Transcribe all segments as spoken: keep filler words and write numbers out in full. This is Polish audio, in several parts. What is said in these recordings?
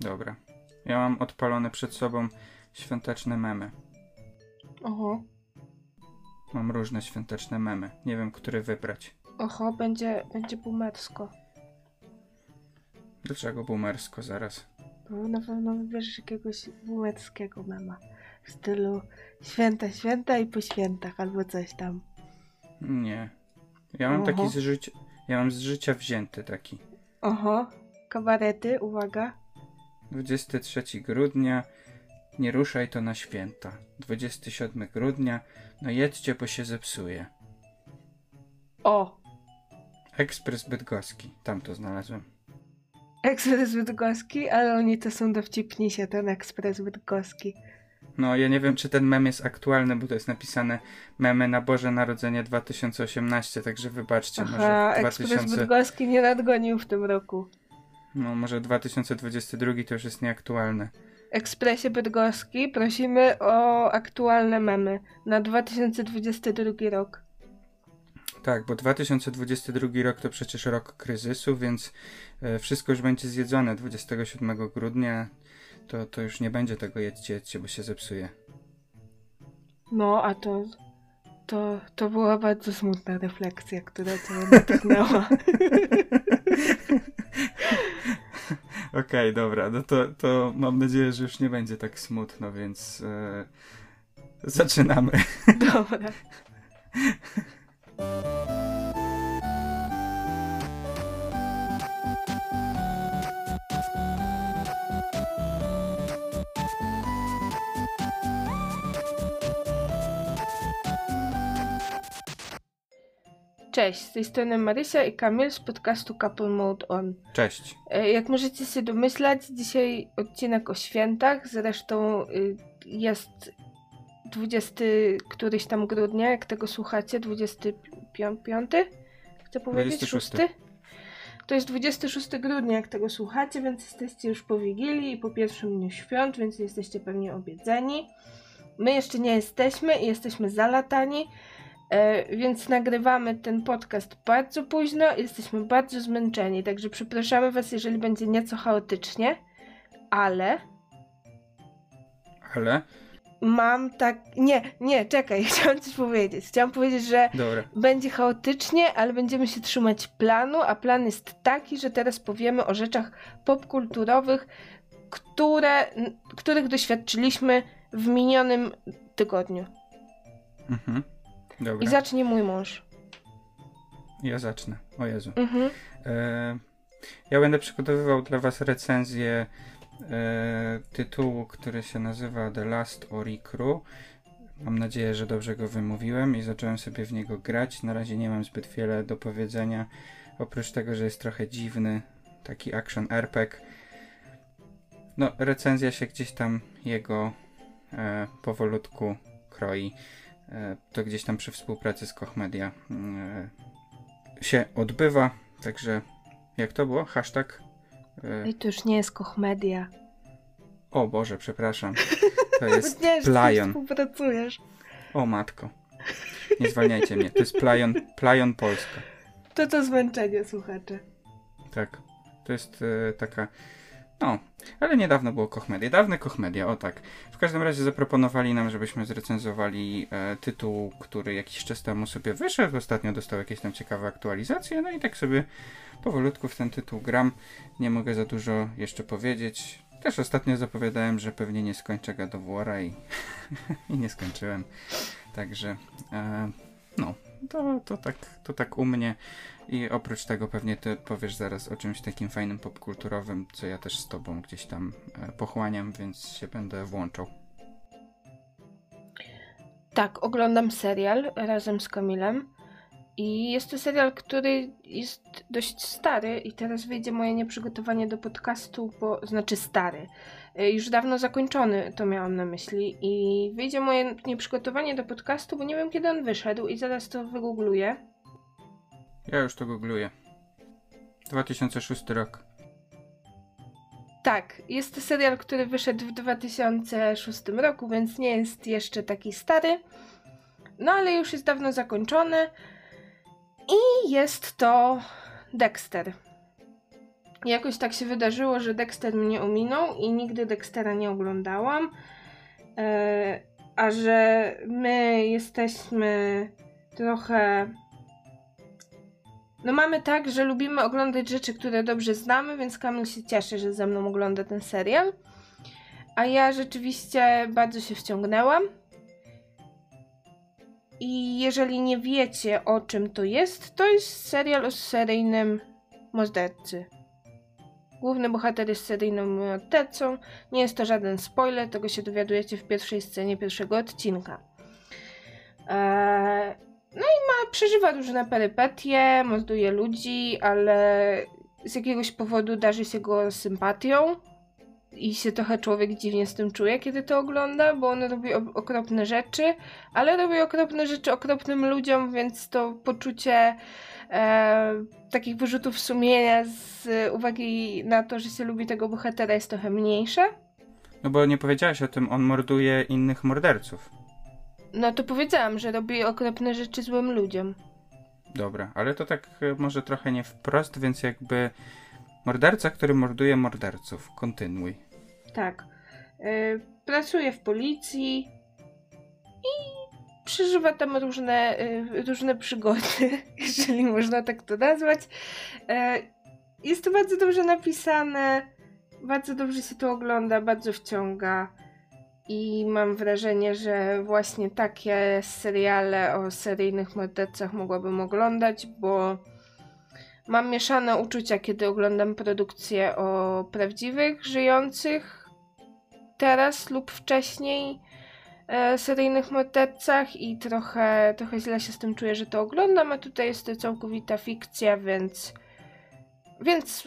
Dobra. Ja mam odpalone przed sobą świąteczne memy. Oho. Mam różne świąteczne memy. Nie wiem, który wybrać. Oho, będzie, będzie boomersko. Dlaczego boomersko zaraz? Bo na pewno wybierzesz jakiegoś boomerskiego mema. W stylu święta, święta i po świętach, albo coś tam. Nie. Ja mam Oho. taki z życia... Ja mam z życia wzięty taki. Oho. Kabarety, uwaga. dwudziestego trzeciego grudnia. Nie ruszaj to na święta. dwudziestego siódmego grudnia. No jedźcie, bo się zepsuje. O! Ekspres Bydgoski. Tam to znalazłem. Ekspres Bydgoski, ale oni to są dowcipnisi, ten Ekspres Bydgoski. No, ja nie wiem, czy ten mem jest aktualny, bo to jest napisane memy na Boże Narodzenie dwa tysiące osiemnaście, także wybaczcie. Aha, może Ekspres dwa tysiące... Bydgoski nie nadgonił w tym roku. No, może dwa tysiące dwudziesty drugi to już jest nieaktualne. Ekspresie Bydgoski prosimy o aktualne memy na dwa tysiące dwudziesty drugi rok. Tak, bo dwa tysiące dwudziesty drugi rok to przecież rok kryzysu, więc e, wszystko już będzie zjedzone dwudziestego siódmego grudnia. To, to już nie będzie tego jedźcie, jedźcie, bo się zepsuje. No, a to, to, to była bardzo smutna refleksja, która cię natchnęła. Okej, okay, dobra, no to, to mam nadzieję, że już nie będzie tak smutno, więc e, zaczynamy. Dobra. Cześć, z tej strony Marysia i Kamil z podcastu Couple Mode On. Cześć. Jak możecie się domyślać, dzisiaj odcinek o świętach, zresztą jest dwudziestego któryś tam grudnia, jak tego słuchacie, dwudziestego piątego? Chcę powiedzieć? dwudziestego szóstego. szósty? To jest dwudziestego szóstego grudnia, jak tego słuchacie, więc jesteście już po Wigilii i po pierwszym dniu świąt, więc jesteście pewnie obiedzeni. My jeszcze nie jesteśmy i jesteśmy zalatani. E, więc nagrywamy ten podcast bardzo późno i jesteśmy bardzo zmęczeni, także przepraszamy was, jeżeli będzie nieco chaotycznie, ale... Ale? Mam tak... Nie, nie, czekaj, chciałam coś powiedzieć. Chciałam powiedzieć, że Dobra. będzie chaotycznie, ale będziemy się trzymać planu, a plan jest taki, że teraz powiemy o rzeczach popkulturowych, które, których doświadczyliśmy w minionym tygodniu. Mhm. Dobra. I zacznie mój mąż. Ja zacznę. O Jezu. Mhm. E, ja będę przygotowywał dla was recenzję e, tytułu, który się nazywa The Last Oricru. Mam nadzieję, że dobrze go wymówiłem i zacząłem sobie w niego grać. Na razie nie mam zbyt wiele do powiedzenia. Oprócz tego, że jest trochę dziwny. Taki action R P G. No, recenzja się gdzieś tam jego e, powolutku kroi. To gdzieś tam przy współpracy z Koch Media się odbywa, także jak to było? Hashtag? I to już nie jest Koch Media. O Boże, przepraszam. To jest nie, Playon. Współpracujesz. O matko. Nie zwalniajcie mnie. To jest Playon, Playon Polska. To to zmęczenie, słuchacze. Tak. To jest e, taka... No, ale niedawno było Koch Media. Dawne Koch Media, o tak. W każdym razie zaproponowali nam, żebyśmy zrecenzowali e, tytuł, który jakiś czas temu sobie wyszedł. Ostatnio dostał jakieś tam ciekawe aktualizacje. No i tak sobie powolutku w ten tytuł gram. Nie mogę za dużo jeszcze powiedzieć. Też ostatnio zapowiadałem, że pewnie nie skończę God of War'a i, i nie skończyłem. Także e, no, to, to, tak, to tak u mnie. I oprócz tego pewnie ty powiesz zaraz o czymś takim fajnym popkulturowym, co ja też z tobą gdzieś tam e, pochłaniam, więc się będę włączał. Tak, oglądam serial razem z Kamilem i jest to serial, który jest dość stary i teraz wyjdzie moje nieprzygotowanie do podcastu, bo znaczy stary, już dawno zakończony, to miałam na myśli, i wyjdzie moje nieprzygotowanie do podcastu, bo nie wiem kiedy on wyszedł i zaraz to wygoogluję. Ja już to googluję. dwa tysiące szósty rok. Tak, jest to serial, który wyszedł w dwa tysiące szóstym roku, więc nie jest jeszcze taki stary. No ale już jest dawno zakończony. I jest to Dexter. Jakoś tak się wydarzyło, że Dexter mnie ominął i nigdy Dextera nie oglądałam. E, a że my jesteśmy trochę... No mamy tak, że lubimy oglądać rzeczy, które dobrze znamy, więc Kamil się cieszy, że ze mną ogląda ten serial. A ja rzeczywiście bardzo się wciągnęłam. I jeżeli nie wiecie, o czym to jest, to jest serial o seryjnym mordercy. Główny bohater jest seryjnym mordercą. Nie jest to żaden spoiler, tego się dowiadujecie w pierwszej scenie pierwszego odcinka. Eee, no i ma, przeżywa różne perypetie, morduje ludzi, ale z jakiegoś powodu darzy się go sympatią. I się trochę człowiek dziwnie z tym czuje, kiedy to ogląda, bo on robi okropne rzeczy, ale robi okropne rzeczy okropnym ludziom, więc to poczucie e, takich wyrzutów sumienia z uwagi na to, że się lubi tego bohatera, jest trochę mniejsze. No bo nie powiedziałaś o tym, on morduje innych morderców. No to powiedziałam, że robi okropne rzeczy złym ludziom. Dobra, ale to tak może trochę nie wprost, więc jakby morderca, który morduje morderców. Kontynuuj. Tak. Yy, pracuje w policji i przeżywa tam różne, yy, różne przygody, jeżeli można tak to nazwać. Yy, jest to bardzo dobrze napisane, bardzo dobrze się to ogląda, bardzo wciąga i mam wrażenie, że właśnie takie seriale o seryjnych mordercach mogłabym oglądać, bo mam mieszane uczucia, kiedy oglądam produkcje o prawdziwych, żyjących teraz lub wcześniej e, seryjnych mordercach i trochę, trochę źle się z tym czuję, że to oglądam, a tutaj jest to całkowita fikcja, więc więc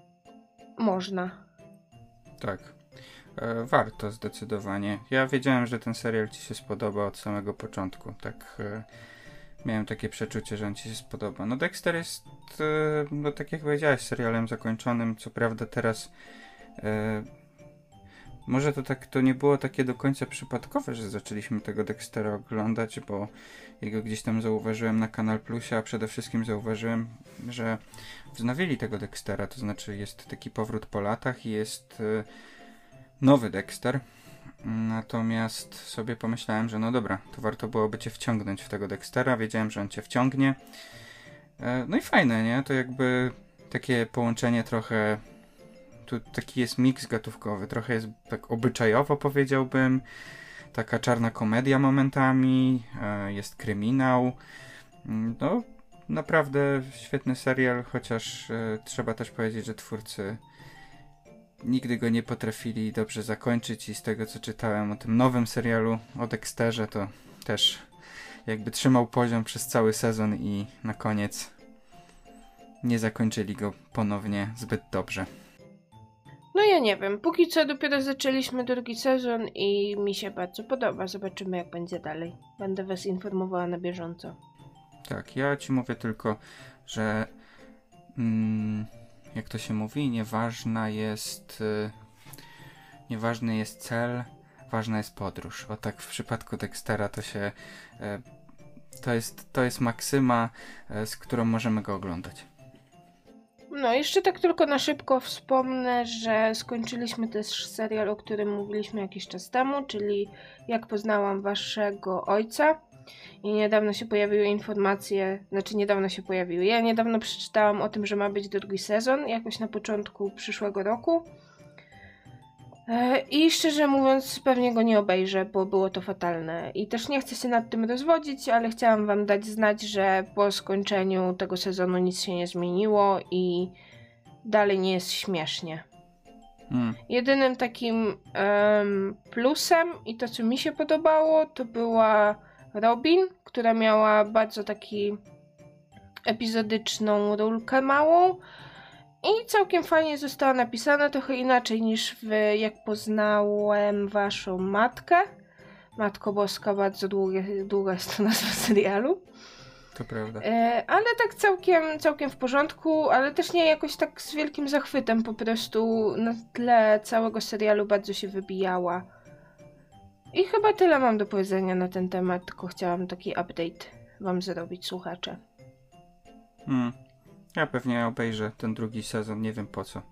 można. Tak. E, warto zdecydowanie. Ja wiedziałem, że ten serial ci się spodoba od samego początku. Tak e, miałem takie przeczucie, że on ci się spodoba. No Dexter jest, e, no tak jak powiedziałeś, serialem zakończonym. Co prawda teraz e, może to tak, to nie było takie do końca przypadkowe, że zaczęliśmy tego Dextera oglądać, bo jego gdzieś tam zauważyłem na Kanal Plusie, a przede wszystkim zauważyłem, że wznowili tego Dextera, to znaczy jest taki powrót po latach i jest e, nowy Dexter. Natomiast sobie pomyślałem, że no dobra, to warto byłoby cię wciągnąć w tego Dextera, wiedziałem, że on cię wciągnie. E, no i fajne, nie? To jakby takie połączenie trochę, tu taki jest miks gatówkowy, trochę jest tak obyczajowo powiedziałbym, taka czarna komedia momentami, e, jest kryminał. No naprawdę świetny serial, chociaż e, trzeba też powiedzieć, że twórcy nigdy go nie potrafili dobrze zakończyć i z tego co czytałem o tym nowym serialu o Dexterze, to też jakby trzymał poziom przez cały sezon i na koniec nie zakończyli go ponownie zbyt dobrze. No ja nie wiem, póki co dopiero zaczęliśmy drugi sezon i mi się bardzo podoba. Zobaczymy jak będzie dalej. Będę was informowała na bieżąco. Tak, ja ci mówię tylko, że mm, jak to się mówi, nieważna jest y, nieważny jest cel, ważna jest podróż. O tak w przypadku Dextera to się y, to jest, to jest maksyma, y, z którą możemy go oglądać. No, jeszcze tak tylko na szybko wspomnę, że skończyliśmy też serial, o którym mówiliśmy jakiś czas temu, czyli Jak poznałam waszego ojca. I niedawno się pojawiły informacje, znaczy niedawno się pojawiły. Ja niedawno przeczytałam o tym, że ma być drugi sezon, jakoś na początku przyszłego roku. I szczerze mówiąc, pewnie go nie obejrzę, bo było to fatalne. I też nie chcę się nad tym rozwodzić, ale chciałam wam dać znać, że po skończeniu tego sezonu nic się nie zmieniło i dalej nie jest śmiesznie. Hmm. Jedynym takim um, plusem i to, co mi się podobało, to była Robin, która miała bardzo taki epizodyczną rulkę małą. I całkiem fajnie została napisana, trochę inaczej niż w Jak poznałem waszą matkę. Matko Boska, bardzo długa, długa jest to nazwa serialu. To prawda. E, ale tak całkiem, całkiem w porządku, ale też nie jakoś tak z wielkim zachwytem, po prostu na tle całego serialu bardzo się wybijała. I chyba tyle mam do powiedzenia na ten temat, tylko chciałam taki update wam zrobić, słuchacze. Hmm. Ja pewnie obejrzę ten drugi sezon, nie wiem po co.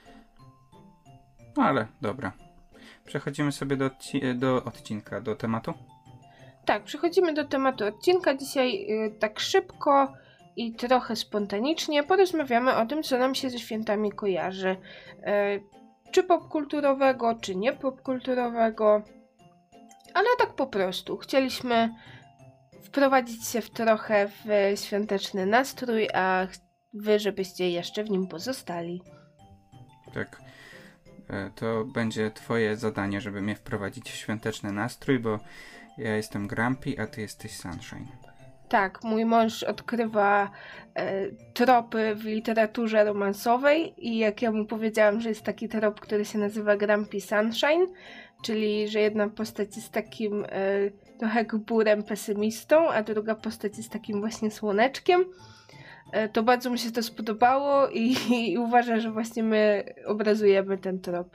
No ale dobra. Przechodzimy sobie do, odci- do odcinka, do tematu. Tak, przechodzimy do tematu odcinka. Dzisiaj y, tak szybko i trochę spontanicznie porozmawiamy o tym, co nam się ze świętami kojarzy. Y, czy popkulturowego, czy nie popkulturowego. Ale tak po prostu. Chcieliśmy wprowadzić się w trochę w świąteczny nastrój, a wy, żebyście jeszcze w nim pozostali. Tak. To będzie twoje zadanie, żeby mnie wprowadzić w świąteczny nastrój, bo ja jestem Grumpy, a ty jesteś Sunshine. Tak, mój mąż odkrywa e, tropy w literaturze romansowej i jak ja mu powiedziałam, że jest taki trop, który się nazywa Grumpy Sunshine, czyli że jedna postać jest takim e, trochę gburem, pesymistą, a druga postać jest takim właśnie słoneczkiem, e, to bardzo mu się to spodobało i, i uważa, że właśnie my obrazujemy ten trop.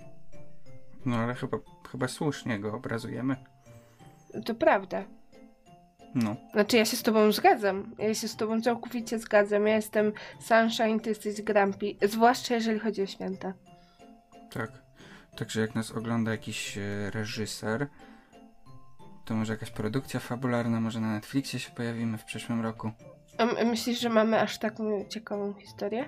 No ale chyba, chyba słusznie go obrazujemy. To prawda. No. Znaczy ja się z tobą zgadzam. Ja się z tobą całkowicie zgadzam. Ja jestem Sunshine, ty jesteś Grumpy. Zwłaszcza jeżeli chodzi o święta. Tak. Także jak nas ogląda jakiś e, reżyser, to może jakaś produkcja fabularna, może na Netflixie się pojawimy w przyszłym roku. A m- myślisz, że mamy aż taką ciekawą historię?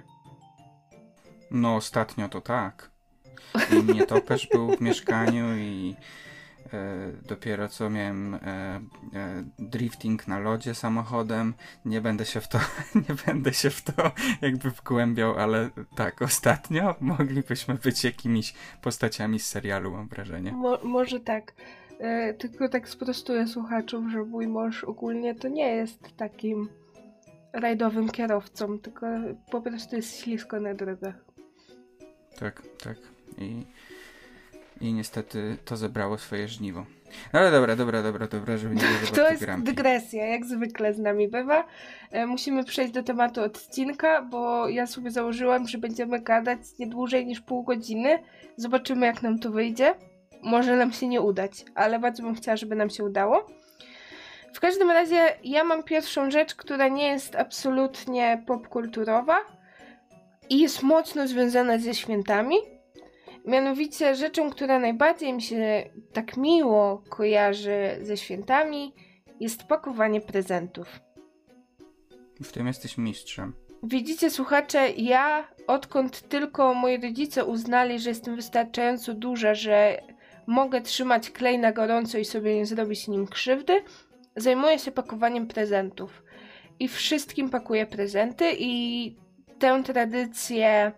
No ostatnio to tak. I nietoperz był w mieszkaniu i e, dopiero co miałem e, e, drifting na lodzie samochodem. Nie będę się w to nie będę się w to jakby wgłębiał, ale tak, ostatnio moglibyśmy być jakimiś postaciami z serialu, mam wrażenie. Mo- może tak. E, tylko tak sprostuję słuchaczom, że mój mąż ogólnie to nie jest takim rajdowym kierowcą, tylko po prostu jest ślisko na drogach. Tak, tak. I, i niestety to zebrało swoje żniwo. Ale dobra, dobra, dobra, dobra, żeby nie było To jest dygresja, jak zwykle z nami bywa. E, musimy przejść do tematu odcinka, bo ja sobie założyłam, że będziemy gadać nie dłużej niż pół godziny. Zobaczymy, jak nam to wyjdzie. Może nam się nie udać, ale bardzo bym chciała, żeby nam się udało. W każdym razie ja mam pierwszą rzecz, która nie jest absolutnie popkulturowa i jest mocno związana ze świętami. Mianowicie rzeczą, która najbardziej mi się tak miło kojarzy ze świętami, jest pakowanie prezentów. W tym jesteś mistrzem. Widzicie, słuchacze, ja odkąd tylko moi rodzice uznali, że jestem wystarczająco duża, że mogę trzymać klej na gorąco i sobie nie zrobić nim krzywdy, zajmuję się pakowaniem prezentów. I wszystkim pakuję prezenty i tę tradycję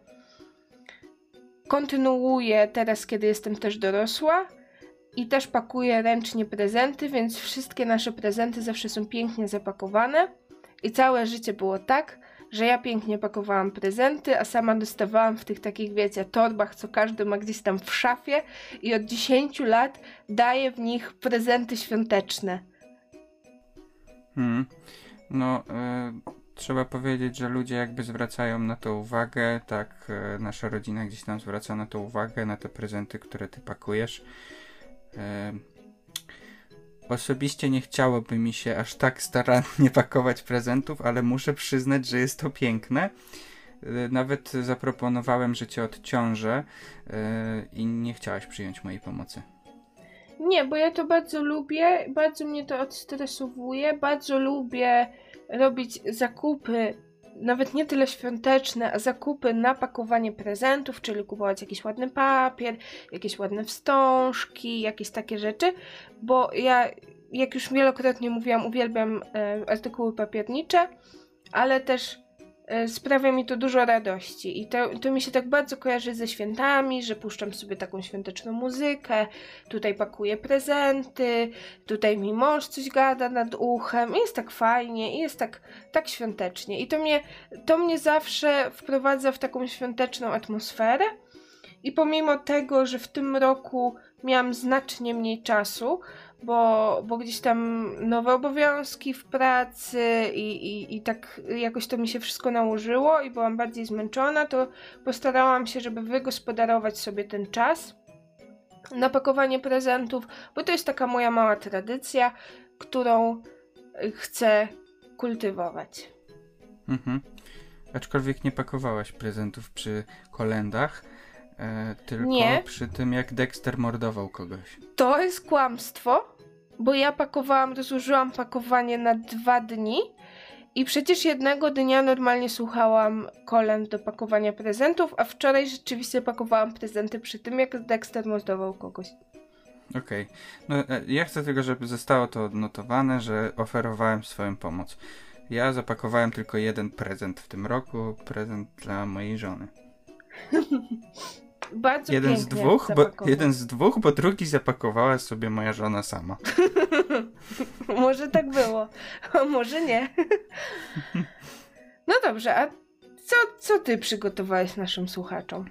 kontynuuję teraz, kiedy jestem też dorosła i też pakuję ręcznie prezenty, więc wszystkie nasze prezenty zawsze są pięknie zapakowane i całe życie było tak, że ja pięknie pakowałam prezenty, a sama dostawałam w tych takich, wiecie, torbach, co każdy ma gdzieś tam w szafie i od dziesięciu lat daję w nich prezenty świąteczne. Hmm. No, y, trzeba powiedzieć, że ludzie jakby zwracają na to uwagę, tak, y, nasza rodzina gdzieś tam zwraca na to uwagę, na te prezenty, które ty pakujesz. Y, osobiście nie chciałoby mi się aż tak starannie pakować prezentów, ale muszę przyznać, że jest to piękne. Y, nawet zaproponowałem, że cię odciążę y, i nie chciałaś przyjąć mojej pomocy. Nie, bo ja to bardzo lubię, bardzo mnie to odstresowuje, bardzo lubię robić zakupy, nawet nie tyle świąteczne, a zakupy na pakowanie prezentów, czyli kupować jakiś ładny papier, jakieś ładne wstążki, jakieś takie rzeczy, bo ja, jak już wielokrotnie mówiłam, uwielbiam e, artykuły papiernicze, ale też e, sprawia mi to dużo radości i to, to mi się tak bardzo kojarzy ze świętami, że puszczam sobie taką świąteczną muzykę, tutaj pakuję prezenty, tutaj mi mąż coś gada nad uchem i jest tak fajnie i jest tak, tak świątecznie i to mnie, to mnie zawsze wprowadza w taką świąteczną atmosferę i pomimo tego, że w tym roku miałam znacznie mniej czasu, bo, bo gdzieś tam nowe obowiązki w pracy i, i, i tak jakoś to mi się wszystko nałożyło i byłam bardziej zmęczona, to postarałam się, żeby wygospodarować sobie ten czas na pakowanie prezentów, bo to jest taka moja mała tradycja, którą chcę kultywować. Mhm. Aczkolwiek nie pakowałaś prezentów przy kolendach, e, tylko Nie. przy tym, jak Dexter mordował kogoś. To jest kłamstwo, bo ja pakowałam, rozłożyłam pakowanie na dwa dni i przecież jednego dnia normalnie słuchałam kolęd do pakowania prezentów, a wczoraj rzeczywiście pakowałam prezenty przy tym, jak Dexter mordował kogoś. Okej. Okay. No, e, ja chcę tylko, żeby zostało to odnotowane, że oferowałem swoją pomoc. Ja zapakowałem tylko jeden prezent w tym roku, prezent dla mojej żony. Bardzo jeden z pięknie dwóch, bo zapakował. jeden z dwóch, bo drugi zapakowała sobie moja żona sama. Może tak było, a może nie. No dobrze, a co, co ty przygotowałeś naszym słuchaczom?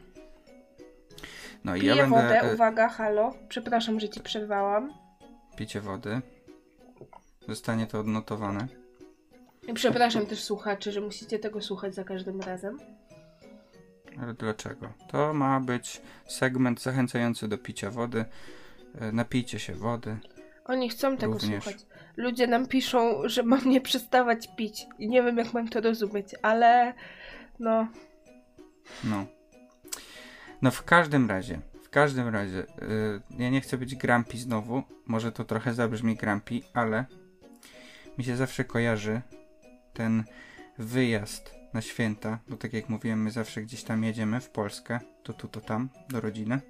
No i Piję ja będę... wodę, e, uwaga, halo. Przepraszam, że ci przerwałam. Picie wody. Zostanie to odnotowane. I przepraszam też słuchaczy, że musicie tego słuchać za każdym razem. Ale dlaczego? To ma być segment zachęcający do picia wody. E, Napijcie się wody. Oni chcą tego Również. słuchać. Ludzie nam piszą, że mam nie przestawać pić. I nie wiem, jak mam to rozumieć, ale no... No. No w każdym razie, w każdym razie, yy, ja nie chcę być grumpy znowu, może to trochę zabrzmi grumpy, ale mi się zawsze kojarzy ten wyjazd na święta, bo tak jak mówiłem, my zawsze gdzieś tam jedziemy w Polskę, to tu, to tam, do rodziny.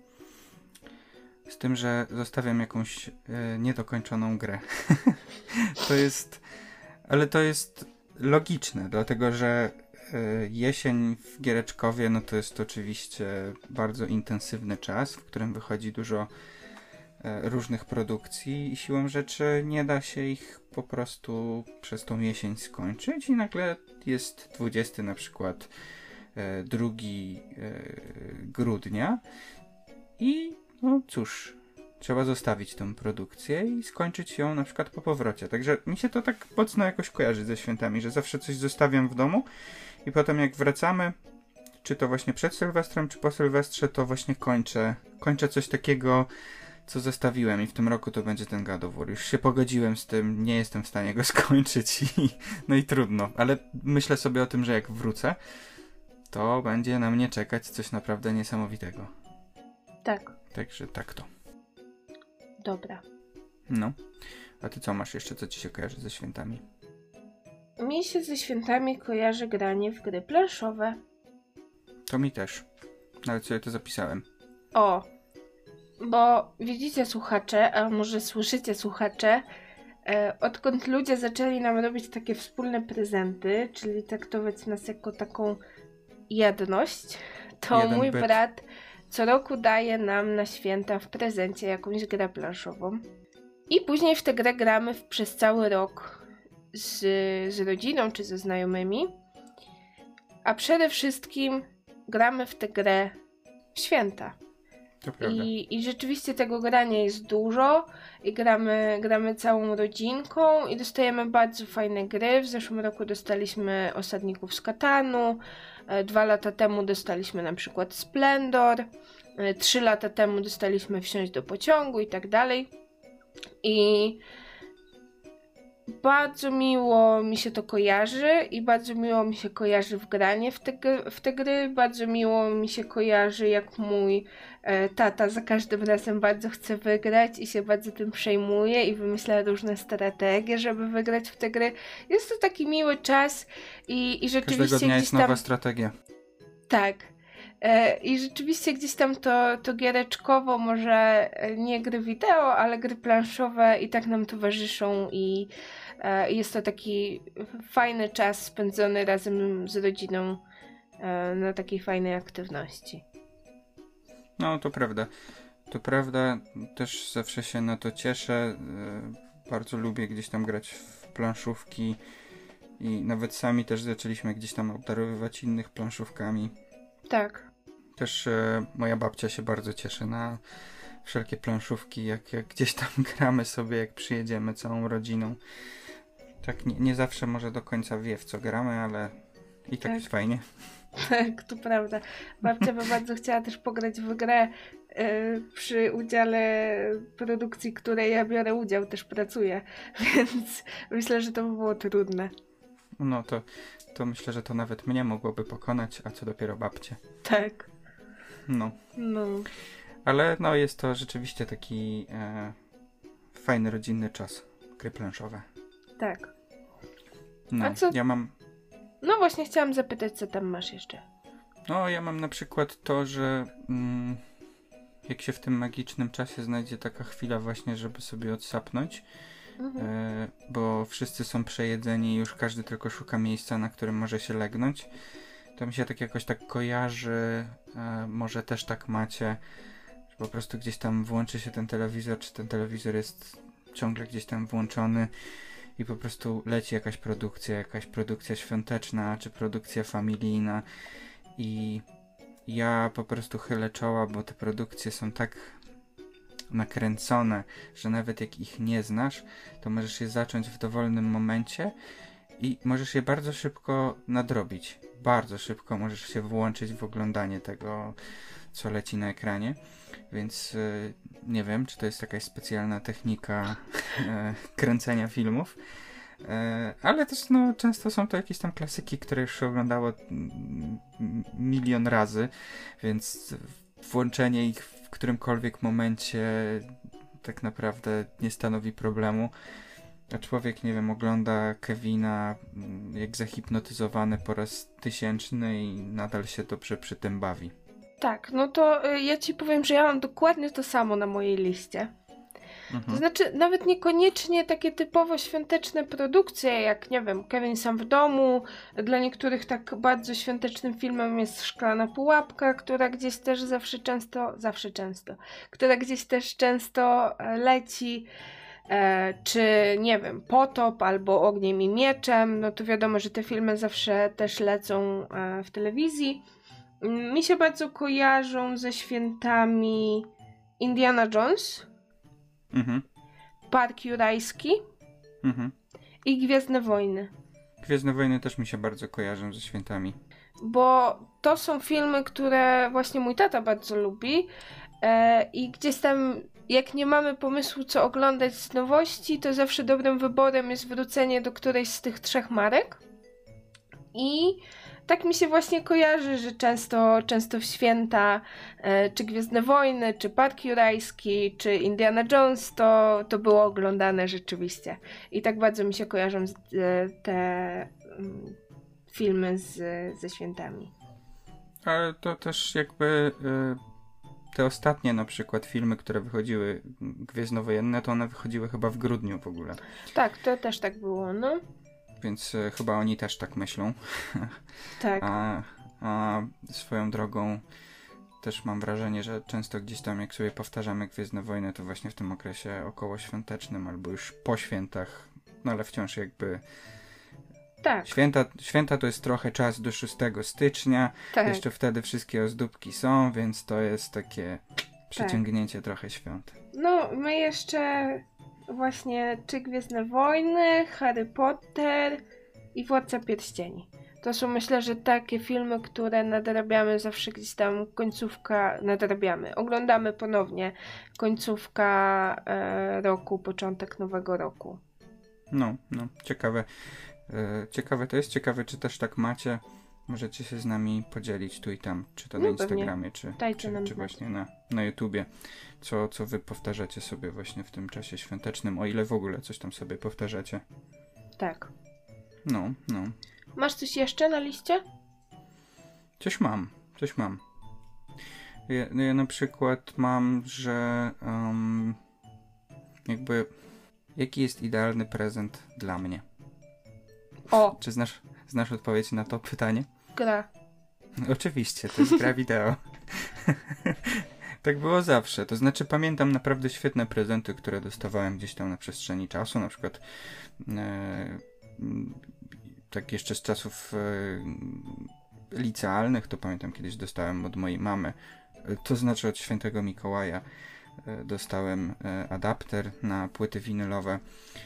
Z tym, że zostawiam jakąś yy, niedokończoną grę. To jest, ale to jest logiczne, dlatego że jesień w Giereczkowie, no to jest oczywiście bardzo intensywny czas, w którym wychodzi dużo różnych produkcji i siłą rzeczy nie da się ich po prostu przez tą jesień skończyć i nagle jest dwudziestego na przykład drugiego grudnia i no cóż, trzeba zostawić tę produkcję i skończyć ją na przykład po powrocie. Także mi się to tak mocno jakoś kojarzy ze świętami, że zawsze coś zostawiam w domu i potem jak wracamy, czy to właśnie przed Sylwestrem, czy po Sylwestrze, to właśnie kończę, kończę coś takiego, co zostawiłem i w tym roku to będzie ten God of War. Już się pogodziłem z tym, nie jestem w stanie go skończyć i no i trudno. Ale myślę sobie o tym, że jak wrócę, to będzie na mnie czekać coś naprawdę niesamowitego. Tak. Także tak to. Dobra. No. A ty co masz jeszcze, co ci się kojarzy ze świętami? Mi się ze świętami kojarzy granie w gry planszowe. To mi też. Nawet sobie to zapisałem. O, bo widzicie słuchacze, a może słyszycie słuchacze, e, odkąd ludzie zaczęli nam robić takie wspólne prezenty, czyli traktować nas jako taką jedność, to Jeden mój byt. brat co roku daje nam na święta w prezencie jakąś grę planszową. I później w tę grę gramy w, przez cały rok z, z rodziną czy ze znajomymi. A przede wszystkim gramy w tę grę w święta. To prawda. I, I rzeczywiście tego grania jest dużo i gramy, gramy całą rodzinką i dostajemy bardzo fajne gry. W zeszłym roku dostaliśmy Osadników z Katanu, e, dwa lata temu dostaliśmy na przykład Splendor, e, trzy lata temu dostaliśmy Wsiąść do pociągu i tak dalej. I bardzo miło mi się to kojarzy i bardzo miło mi się kojarzy w granie w te, gry, w te gry. Bardzo miło mi się kojarzy, jak mój e, tata za każdym razem bardzo chce wygrać i się bardzo tym przejmuje i wymyśla różne strategie, żeby wygrać w te gry. Jest to taki miły czas i, i rzeczywiście Każdego dnia gdzieś jest tam... nowa strategia. Tak. E, I rzeczywiście gdzieś tam to, to giereczkowo, może nie gry wideo, ale gry planszowe i tak nam towarzyszą i e, jest to taki fajny czas spędzony razem z rodziną e, na takiej fajnej aktywności. No, to prawda. To prawda, też zawsze się na to cieszę. Yy, bardzo lubię gdzieś tam grać w planszówki i nawet sami też zaczęliśmy gdzieś tam obdarowywać innych planszówkami. Tak. Też e, moja babcia się bardzo cieszy na wszelkie planszówki, jak, jak gdzieś tam gramy sobie, jak przyjedziemy całą rodziną. Tak nie, nie zawsze może do końca wie, w co gramy, ale i tak, Tak. jest fajnie. Tak, to prawda. Babcia by bardzo chciała też pograć w grę y, przy udziale produkcji, której ja biorę udział, też pracuję, więc myślę, że to by było trudne. No to, to myślę, że to nawet mnie mogłoby pokonać, a co dopiero babcie. Tak. No. No. Ale no jest to rzeczywiście taki e, fajny, rodzinny czas. Gry planszowe. Tak. No, A co? ja mam... No właśnie chciałam zapytać, co tam masz jeszcze. No, ja mam na przykład to, że mm, jak się w tym magicznym czasie znajdzie taka chwila właśnie, żeby sobie odsapnąć, Mhm. e, bo wszyscy są przejedzeni i już każdy tylko szuka miejsca, na którym może się legnąć, to mi się tak jakoś tak kojarzy, e, może też tak macie, że po prostu gdzieś tam włączy się ten telewizor, czy ten telewizor jest ciągle gdzieś tam włączony i po prostu leci jakaś produkcja, jakaś produkcja świąteczna, czy produkcja familijna i ja po prostu chylę czoła, bo te produkcje są tak nakręcone, że nawet jak ich nie znasz, to możesz je zacząć w dowolnym momencie i możesz je bardzo szybko nadrobić. Bardzo szybko możesz się włączyć w oglądanie tego, co leci na ekranie. Więc yy, nie wiem, czy to jest jakaś specjalna technika yy, kręcenia filmów. Yy, ale też no, często są to jakieś tam klasyki, które już się oglądało mm, milion razy, więc włączenie ich w którymkolwiek momencie tak naprawdę nie stanowi problemu. A człowiek, nie wiem, ogląda Kevina jak zahipnotyzowany po raz tysięczny i nadal się dobrze przy tym bawi. Tak, no to y, ja ci powiem, że ja mam dokładnie to samo na mojej liście. Mhm. To znaczy, nawet niekoniecznie takie typowo świąteczne produkcje, jak, nie wiem, Kevin sam w domu. Dla niektórych tak bardzo świątecznym filmem jest Szklana pułapka, która gdzieś też zawsze często, zawsze często, która gdzieś też często e, leci. E, czy, nie wiem, Potop albo Ogniem i Mieczem. No to wiadomo, że te filmy zawsze też lecą e, w telewizji. Mi się bardzo kojarzą ze świętami Indiana Jones, Mhm. Park Jurajski Mhm. i Gwiezdne Wojny. Gwiezdne Wojny też mi się bardzo kojarzą ze świętami. Bo to są filmy, które właśnie mój tata bardzo lubi e, i gdzieś tam, jak nie mamy pomysłu, co oglądać z nowości, to zawsze dobrym wyborem jest wrócenie do którejś z tych trzech marek. I tak mi się właśnie kojarzy, że często, często w święta, e, czy Gwiezdne Wojny, czy Park Jurajski, czy Indiana Jones, to, to było oglądane rzeczywiście. I tak bardzo mi się kojarzą z, e, te mm, filmy z, ze świętami. Ale to też jakby y, te ostatnie na przykład filmy, które wychodziły gwiezdnowojenne, to one wychodziły chyba w grudniu w ogóle. Tak, to też tak było, no. Więc y, chyba oni też tak myślą. Tak. A, a swoją drogą też mam wrażenie, że często gdzieś tam jak sobie powtarzamy Gwiezdne Wojny, to właśnie w tym okresie okołoświątecznym albo już po świętach, no ale wciąż jakby Tak, święta, święta to jest trochę czas do szóstego stycznia, tak. jeszcze wtedy wszystkie ozdóbki są, więc to jest takie przeciągnięcie trochę świąt. No, my jeszcze właśnie czy Gwiezdne Wojny, Harry Potter i Władca Pierścieni. To są, myślę, że takie filmy, które nadrabiamy zawsze gdzieś tam końcówka, nadrabiamy, oglądamy ponownie końcówka e, roku, początek nowego roku. No, no, ciekawe. E, ciekawe to jest, ciekawe czy też tak macie. Możecie się z nami podzielić tu i tam, czy to No na pewnie. Instagramie, czy, Dajcie czy, nam czy znać. właśnie na, na YouTubie, co, co wy powtarzacie sobie właśnie w tym czasie świątecznym, o ile w ogóle coś tam sobie powtarzacie. Tak. No, no. Masz coś jeszcze na liście? Coś mam, coś mam. Ja, no ja na przykład mam, że um, jakby jaki jest idealny prezent dla mnie? O, Czy znasz, znasz odpowiedź na to pytanie? gra. Oczywiście, to jest gra wideo. Tak było zawsze. To znaczy pamiętam naprawdę świetne prezenty, które dostawałem gdzieś tam na przestrzeni czasu. Na przykład e, tak jeszcze z czasów e, licealnych, to pamiętam kiedyś dostałem od mojej mamy. E, to znaczy od świętego Mikołaja e, dostałem e, adapter na płyty winylowe.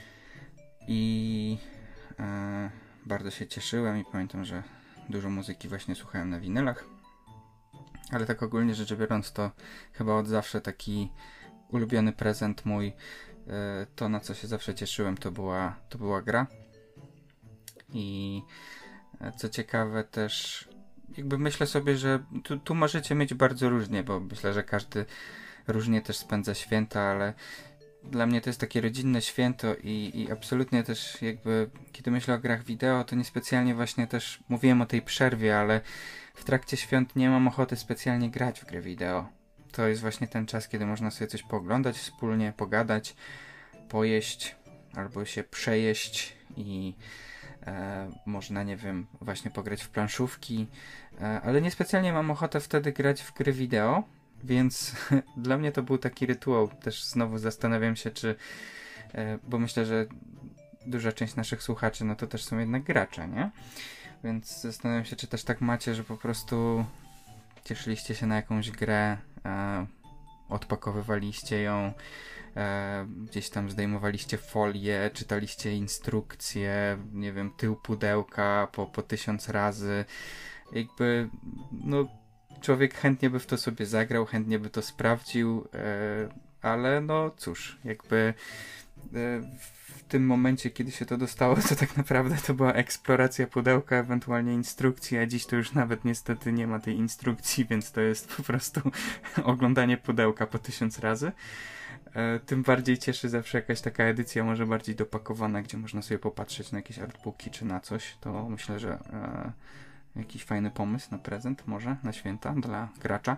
I e, bardzo się cieszyłem i pamiętam, że dużo muzyki właśnie słuchałem na winylach. Ale tak ogólnie rzecz biorąc, to chyba od zawsze taki ulubiony prezent mój, to na co się zawsze cieszyłem, to była, to była gra. I co ciekawe też, jakby myślę sobie, że tu, tu możecie mieć bardzo różnie, bo myślę, że każdy różnie też spędza święta, ale dla mnie to jest takie rodzinne święto i, i absolutnie też jakby, kiedy myślę o grach wideo, to niespecjalnie właśnie też mówiłem o tej przerwie, ale w trakcie świąt nie mam ochoty specjalnie grać w gry wideo. To jest właśnie ten czas, kiedy można sobie coś pooglądać wspólnie, pogadać, pojeść albo się przejeść i e, można, nie wiem, właśnie pograć w planszówki, e, ale niespecjalnie mam ochotę wtedy grać w gry wideo, więc dla mnie to był taki rytuał. Też znowu zastanawiam się, czy, e, bo myślę, że duża część naszych słuchaczy, no to też są jednak gracze, nie? Więc zastanawiam się, czy też tak macie, że po prostu cieszyliście się na jakąś grę, e, odpakowywaliście ją, e, gdzieś tam zdejmowaliście folię, czytaliście instrukcje, nie wiem, tył pudełka po, po tysiąc razy. Jakby, no, człowiek chętnie by w to sobie zagrał, chętnie by to sprawdził, e, ale no cóż, jakby e, w tym momencie, kiedy się to dostało, to tak naprawdę to była eksploracja pudełka, ewentualnie instrukcji, a dziś to już nawet niestety nie ma tej instrukcji, więc to jest po prostu oglądanie pudełka po tysiąc razy. E, tym bardziej cieszy zawsze jakaś taka edycja, może bardziej dopakowana, gdzie można sobie popatrzeć na jakieś artbooki czy na coś. To myślę, że e, jakiś fajny pomysł na prezent może, na święta dla gracza.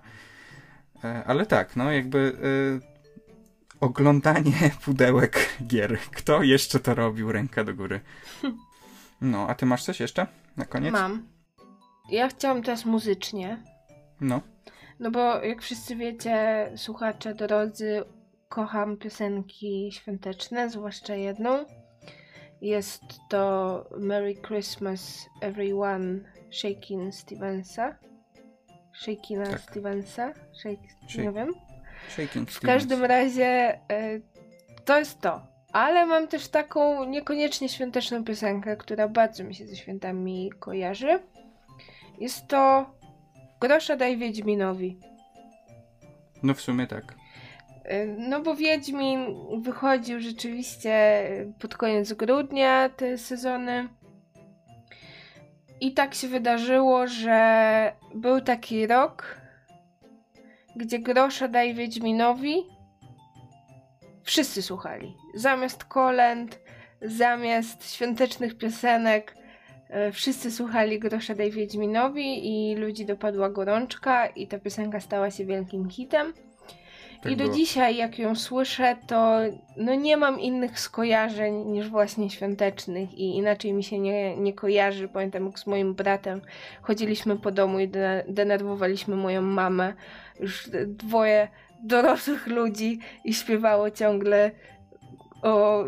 E, ale tak, no jakby e, oglądanie pudełek gier. Kto jeszcze to robił? Ręka do góry. No, a ty masz coś jeszcze na koniec? Mam. Ja chciałam teraz muzycznie. No. No bo jak wszyscy wiecie, słuchacze drodzy, kocham piosenki świąteczne, zwłaszcza jedną. Jest to Merry Christmas Everyone Shakin' Stevensa. Shakina Tak. Stevensa? Shake, Shake. Nie wiem. Shaking W każdym razie y, to jest to. Ale mam też taką niekoniecznie świąteczną piosenkę, która bardzo mi się ze świętami kojarzy. Jest to Grosza daj Wiedźminowi. No w sumie tak. Y, No bo Wiedźmin wychodził rzeczywiście pod koniec grudnia, te sezony. I tak się wydarzyło, że był taki rok, gdzie Grosza daj Wiedźminowi wszyscy słuchali. Zamiast kolęd, zamiast świątecznych piosenek, e, wszyscy słuchali Grosza daj Wiedźminowi i ludzi dopadła gorączka i ta piosenka stała się wielkim hitem. Tak I do było. dzisiaj, jak ją słyszę, to no nie mam innych skojarzeń niż właśnie świątecznych i inaczej mi się nie, nie kojarzy. Pamiętam, jak z moim bratem chodziliśmy po domu i de- denerwowaliśmy moją mamę. Już dwoje dorosłych ludzi i śpiewało ciągle o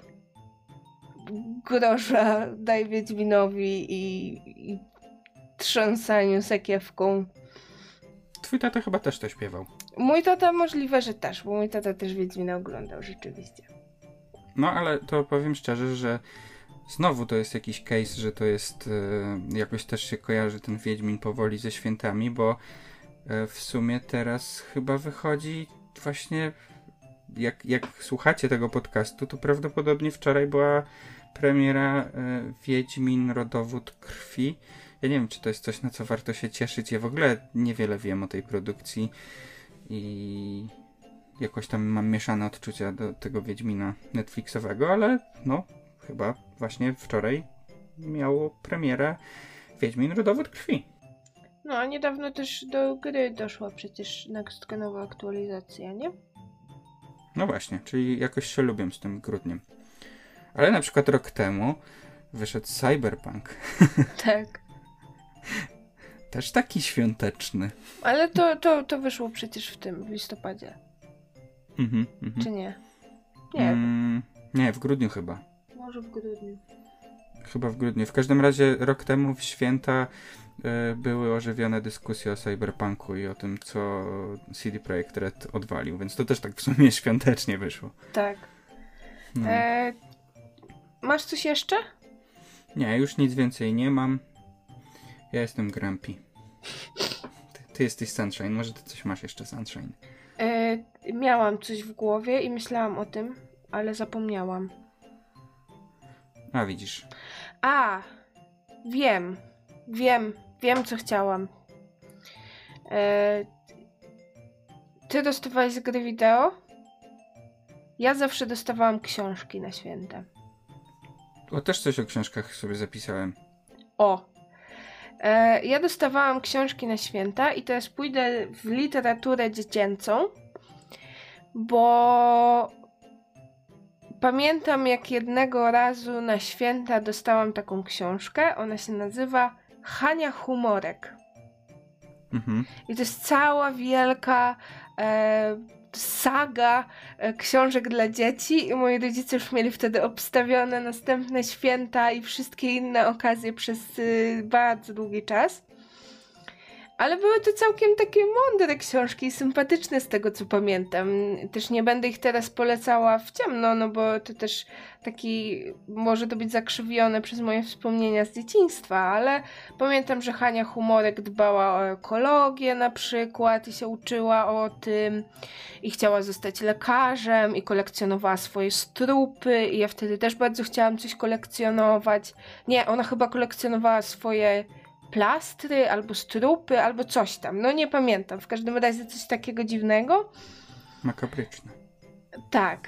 Grosza daj Wiedźminowi i, i trząsaniu sakiewką. Twój tata chyba też to śpiewał. Mój tata możliwe, że też, bo mój tata też Wiedźmina oglądał rzeczywiście. No ale to powiem szczerze, że znowu to jest jakiś case, że to jest e, jakoś też się kojarzy ten Wiedźmin powoli ze świętami, bo e, w sumie teraz chyba wychodzi właśnie jak, jak słuchacie tego podcastu, to prawdopodobnie wczoraj była premiera e, Wiedźmin Rodowód Krwi. Ja nie wiem, czy to jest coś, na co warto się cieszyć. Ja w ogóle niewiele wiem o tej produkcji i jakoś tam mam mieszane odczucia do tego Wiedźmina Netflixowego, ale no, chyba właśnie wczoraj miało premierę Wiedźmin Rodowód Krwi. No, a niedawno też do gry doszła przecież next-genowa aktualizacja, nie? No właśnie, czyli jakoś się lubię z tym grudniem. Ale na przykład rok temu wyszedł Cyberpunk. Tak. Też taki świąteczny. Ale to, to, to wyszło przecież w tym, w listopadzie. Mhm, mhm. Czy nie? Nie, Mm, nie, w grudniu chyba. może w grudniu. Chyba w grudniu. W każdym razie rok temu w święta y, były ożywione dyskusje o Cyberpunku i o tym, co C D Projekt Red odwalił, więc to też tak w sumie świątecznie wyszło. Tak. No. E, masz coś jeszcze? Nie, już nic więcej nie mam. Ja jestem grumpy. Ty, ty jesteś Sunshine. Może ty coś masz jeszcze, Sunshine? E, miałam coś w głowie i myślałam o tym, ale zapomniałam. A widzisz. A, wiem, wiem, wiem co chciałam. E, ty dostawałeś z gry wideo? Ja zawsze dostawałam książki na święta. O, też coś o książkach sobie zapisałem. O! E, ja dostawałam książki na święta i teraz pójdę w literaturę dziecięcą, bo pamiętam, jak jednego razu na święta dostałam taką książkę. Ona się nazywa Hania Humorek. Mhm. I to jest cała wielka e, saga e, książek dla dzieci i moi rodzice już mieli wtedy obstawione następne święta i wszystkie inne okazje przez y, bardzo długi czas. Ale były to całkiem takie mądre książki i sympatyczne z tego, co pamiętam. Też nie będę ich teraz polecała w ciemno, no bo to też taki, może to być zakrzywione przez moje wspomnienia z dzieciństwa, ale pamiętam, że Hania Humorek dbała o ekologię na przykład i się uczyła o tym i chciała zostać lekarzem i kolekcjonowała swoje strupy i ja wtedy też bardzo chciałam coś kolekcjonować. Nie, ona chyba kolekcjonowała swoje plastry, albo strupy, albo coś tam. No nie pamiętam. W każdym razie coś takiego dziwnego. Makabryczne. Tak.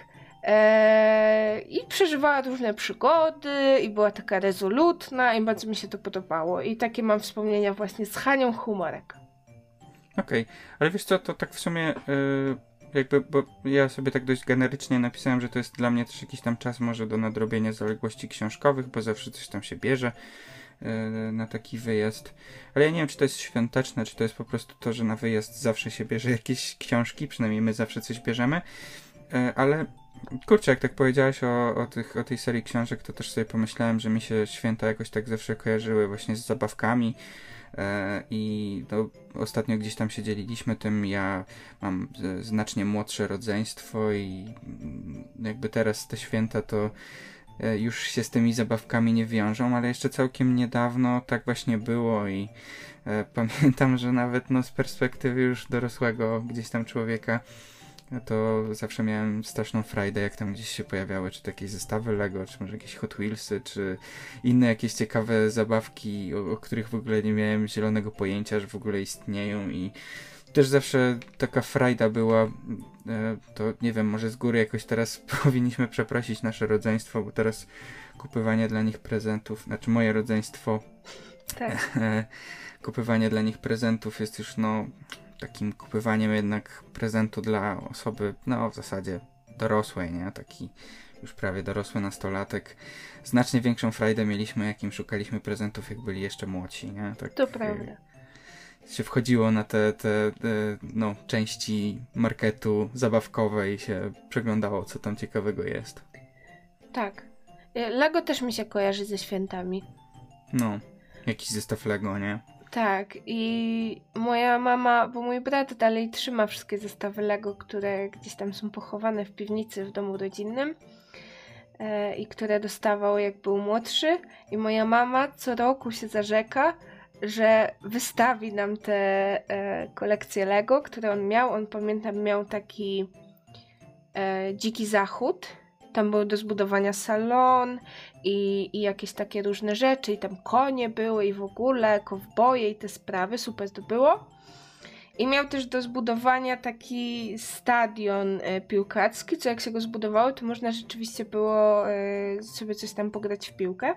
Eee, I przeżywała różne przygody i była taka rezolutna i bardzo mi się to podobało. I takie mam wspomnienia właśnie z Hanią Humorek. Okej, okay. Ale wiesz co, to tak w sumie yy, jakby, bo ja sobie tak dość generycznie napisałem, że to jest dla mnie też jakiś tam czas może do nadrobienia zaległości książkowych, bo zawsze coś tam się bierze na taki wyjazd. Ale ja nie wiem, czy to jest świąteczne, czy to jest po prostu to, że na wyjazd zawsze się bierze jakieś książki, przynajmniej my zawsze coś bierzemy. Ale kurczę, jak tak powiedziałeś o, o, tych, o tej serii książek, to też sobie pomyślałem, że mi się święta jakoś tak zawsze kojarzyły właśnie z zabawkami. I no, ostatnio gdzieś tam się dzieliliśmy tym. Ja mam znacznie młodsze rodzeństwo i jakby teraz te święta to już się z tymi zabawkami nie wiążą, ale jeszcze całkiem niedawno tak właśnie było i e, pamiętam, że nawet no, z perspektywy już dorosłego gdzieś tam człowieka to zawsze miałem straszną frajdę, jak tam gdzieś się pojawiały, czy to jakieś zestawy Lego, czy może jakieś Hot Wheelsy, czy inne jakieś ciekawe zabawki, o, o których w ogóle nie miałem zielonego pojęcia, że w ogóle istnieją i też zawsze taka frajda była, to nie wiem, może z góry jakoś teraz powinniśmy przeprosić nasze rodzeństwo, bo teraz kupywanie dla nich prezentów, znaczy moje rodzeństwo, tak. kupywanie dla nich prezentów jest już no takim kupywaniem jednak prezentu dla osoby, no w zasadzie dorosłej, nie? Taki już prawie dorosły nastolatek. Znacznie większą frajdę mieliśmy, jakim szukaliśmy prezentów, jak byli jeszcze młodsi, nie? Tak, to prawda. Się wchodziło na te, te, te no, części marketu zabawkowej i się przeglądało, co tam ciekawego jest. Tak. Lego też mi się kojarzy ze świętami. No, jakiś zestaw Lego, nie? Tak. I moja mama, bo mój brat dalej trzyma wszystkie zestawy Lego, które gdzieś tam są pochowane w piwnicy w domu rodzinnym e, i które dostawał jak był młodszy. I moja mama co roku się zarzeka, że wystawi nam te e, kolekcje Lego, które on miał. On, pamiętam, miał taki e, dziki zachód. Tam był do zbudowania salon i, i jakieś takie różne rzeczy. I tam konie były i w ogóle kowboje i te sprawy. Super to było. I miał też do zbudowania taki stadion e, piłkarski, co jak się go zbudowało, to można rzeczywiście było e, sobie coś tam pograć w piłkę.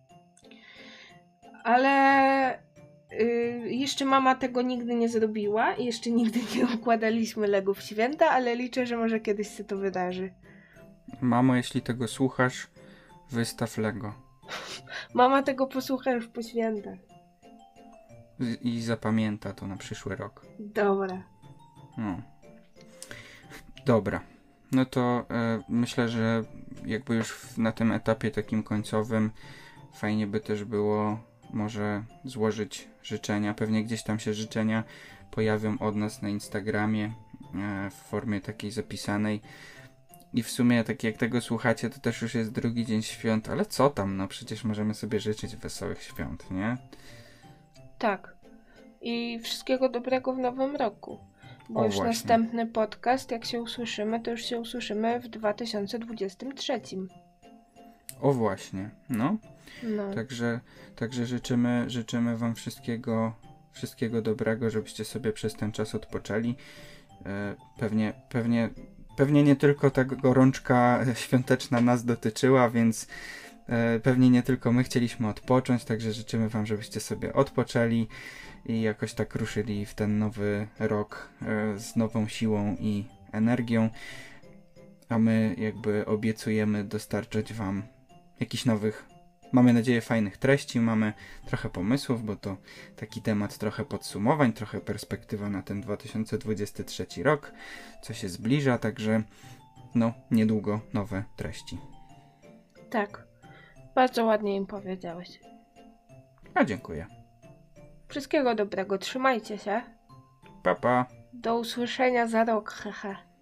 Ale Yy, jeszcze mama tego nigdy nie zrobiła i jeszcze nigdy nie układaliśmy Lego w święta, ale liczę, że może kiedyś się to wydarzy. Mamo, jeśli tego słuchasz, wystaw Lego. Mama tego posłucha już po świętach. I zapamięta to na przyszły rok. Dobra. No. Dobra. No to e, myślę, że jakby już w, na tym etapie takim końcowym fajnie by też było może złożyć życzenia. Pewnie gdzieś tam się życzenia pojawią od nas na Instagramie e, w formie takiej zapisanej. I w sumie, tak jak tego słuchacie, to też już jest drugi dzień świąt, ale co tam, no przecież możemy sobie życzyć wesołych świąt, nie? Tak. I wszystkiego dobrego w nowym roku. Bo O, już właśnie. następny podcast, jak się usłyszymy, to już się usłyszymy w dwa tysiące dwudziestym trzecim. O właśnie, no. No. Także, także życzymy, życzymy wam wszystkiego, wszystkiego dobrego, żebyście sobie przez ten czas odpoczęli. E, pewnie, pewnie, pewnie nie tylko ta gorączka świąteczna nas dotyczyła, więc e, pewnie nie tylko my chcieliśmy odpocząć, także życzymy wam, żebyście sobie odpoczęli i jakoś tak ruszyli w ten nowy rok e, z nową siłą i energią, a my jakby obiecujemy dostarczać wam jakichś nowych, mamy nadzieję, fajnych treści, mamy trochę pomysłów, bo to taki temat trochę podsumowań, trochę perspektywa na ten dwa tysiące dwudziesty trzeci rok, co się zbliża, także no, niedługo nowe treści. Tak. Bardzo ładnie im powiedziałeś. A dziękuję. Wszystkiego dobrego. Trzymajcie się. Pa, pa. Do usłyszenia za rok. Hehe.